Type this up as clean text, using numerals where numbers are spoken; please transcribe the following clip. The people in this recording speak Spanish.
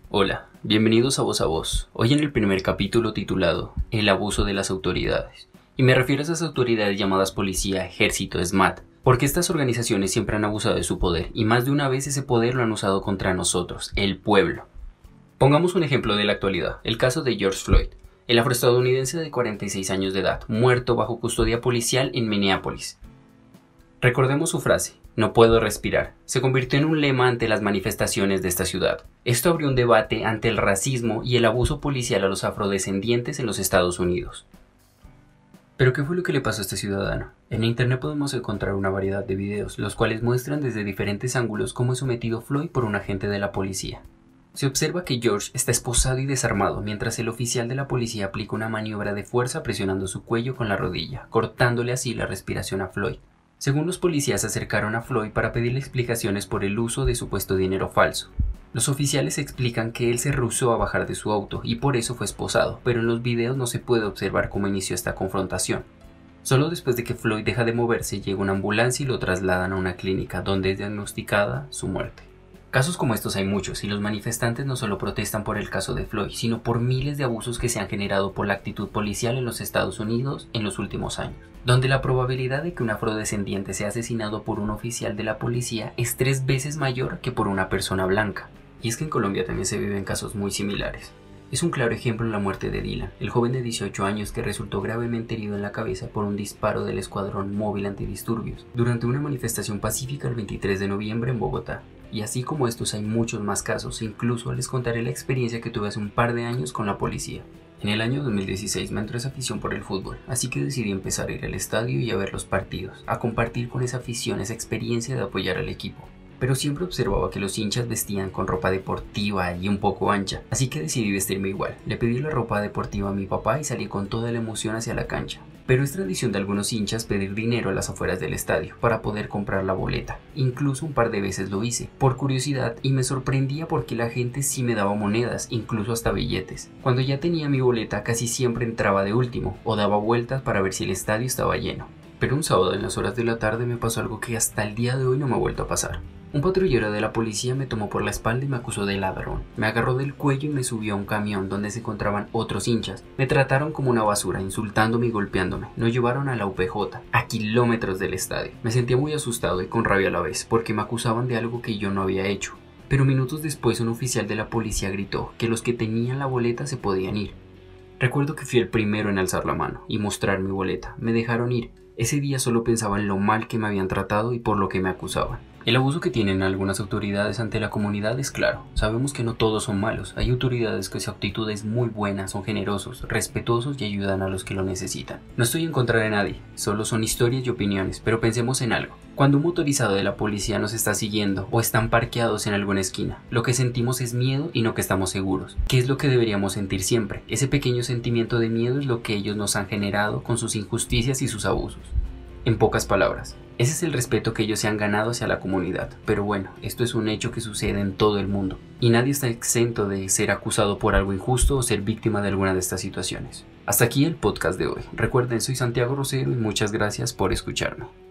Hola, bienvenidos a Voz a Voz. Hoy en el primer capítulo titulado El abuso de las autoridades. Y me refiero a esas autoridades llamadas policía, ejército, SMAT, porque estas organizaciones siempre han abusado de su poder y más de una vez ese poder lo han usado contra nosotros, el pueblo. Pongamos un ejemplo de la actualidad, el caso de George Floyd, el afroestadounidense de 46 años de edad, muerto bajo custodia policial en Minneapolis. Recordemos su frase, no puedo respirar, se convirtió en un lema ante las manifestaciones de esta ciudad. Esto abrió un debate ante el racismo y el abuso policial a los afrodescendientes en los Estados Unidos. ¿Pero qué fue lo que le pasó a este ciudadano? En internet podemos encontrar una variedad de videos, los cuales muestran desde diferentes ángulos cómo es sometido Floyd por un agente de la policía. Se observa que George está esposado y desarmado mientras el oficial de la policía aplica una maniobra de fuerza presionando su cuello con la rodilla, cortándole así la respiración a Floyd. Según los policías se acercaron a Floyd para pedirle explicaciones por el uso de supuesto dinero falso. Los oficiales explican que él se rehusó a bajar de su auto y por eso fue esposado, pero en los videos no se puede observar cómo inició esta confrontación. Solo después de que Floyd deja de moverse llega una ambulancia y lo trasladan a una clínica donde es diagnosticada su muerte. Casos como estos hay muchos y los manifestantes no solo protestan por el caso de Floyd, sino por miles de abusos que se han generado por la actitud policial en los Estados Unidos en los últimos años, donde la probabilidad de que un afrodescendiente sea asesinado por un oficial de la policía es 3 veces mayor que por una persona blanca. Y es que en Colombia también se viven casos muy similares. Es un claro ejemplo la muerte de Dylan, el joven de 18 años que resultó gravemente herido en la cabeza por un disparo del Escuadrón Móvil Antidisturbios durante una manifestación pacífica el 23 de noviembre en Bogotá. Y así como estos hay muchos más casos, incluso les contaré la experiencia que tuve hace un par de años con la policía. En el año 2016 me entró esa afición por el fútbol, así que decidí empezar a ir al estadio y a ver los partidos, a compartir con esa afición esa experiencia de apoyar al equipo. Pero siempre observaba que los hinchas vestían con ropa deportiva y un poco ancha, así que decidí vestirme igual. Le pedí la ropa deportiva a mi papá y salí con toda la emoción hacia la cancha. Pero es tradición de algunos hinchas pedir dinero a las afueras del estadio para poder comprar la boleta. Incluso un par de veces lo hice, por curiosidad, y me sorprendía porque la gente sí me daba monedas, incluso hasta billetes. Cuando ya tenía mi boleta casi siempre entraba de último o daba vueltas para ver si el estadio estaba lleno. Pero un sábado en las horas de la tarde me pasó algo que hasta el día de hoy no me ha vuelto a pasar. Un patrullero de la policía me tomó por la espalda y me acusó de ladrón. Me agarró del cuello y me subió a un camión donde se encontraban otros hinchas. Me trataron como una basura, insultándome y golpeándome. Nos llevaron a la UPJ, a kilómetros del estadio. Me sentía muy asustado y con rabia a la vez, porque me acusaban de algo que yo no había hecho. Pero minutos después un oficial de la policía gritó que los que tenían la boleta se podían ir. Recuerdo que fui el primero en alzar la mano y mostrar mi boleta. Me dejaron ir. Ese día solo pensaba en lo mal que me habían tratado y por lo que me acusaban. El abuso que tienen algunas autoridades ante la comunidad es claro. Sabemos que no todos son malos. Hay autoridades que su actitud es muy buena, son generosos, respetuosos y ayudan a los que lo necesitan. No estoy en contra de nadie, solo son historias y opiniones, pero pensemos en algo. Cuando un motorizado de la policía nos está siguiendo o están parqueados en alguna esquina, lo que sentimos es miedo y no que estamos seguros. ¿Qué es lo que deberíamos sentir siempre? Ese pequeño sentimiento de miedo es lo que ellos nos han generado con sus injusticias y sus abusos. En pocas palabras, ese es el respeto que ellos se han ganado hacia la comunidad, pero bueno, esto es un hecho que sucede en todo el mundo, y nadie está exento de ser acusado por algo injusto o ser víctima de alguna de estas situaciones. Hasta aquí el podcast de hoy. Recuerden, soy Santiago Rosero y muchas gracias por escucharme.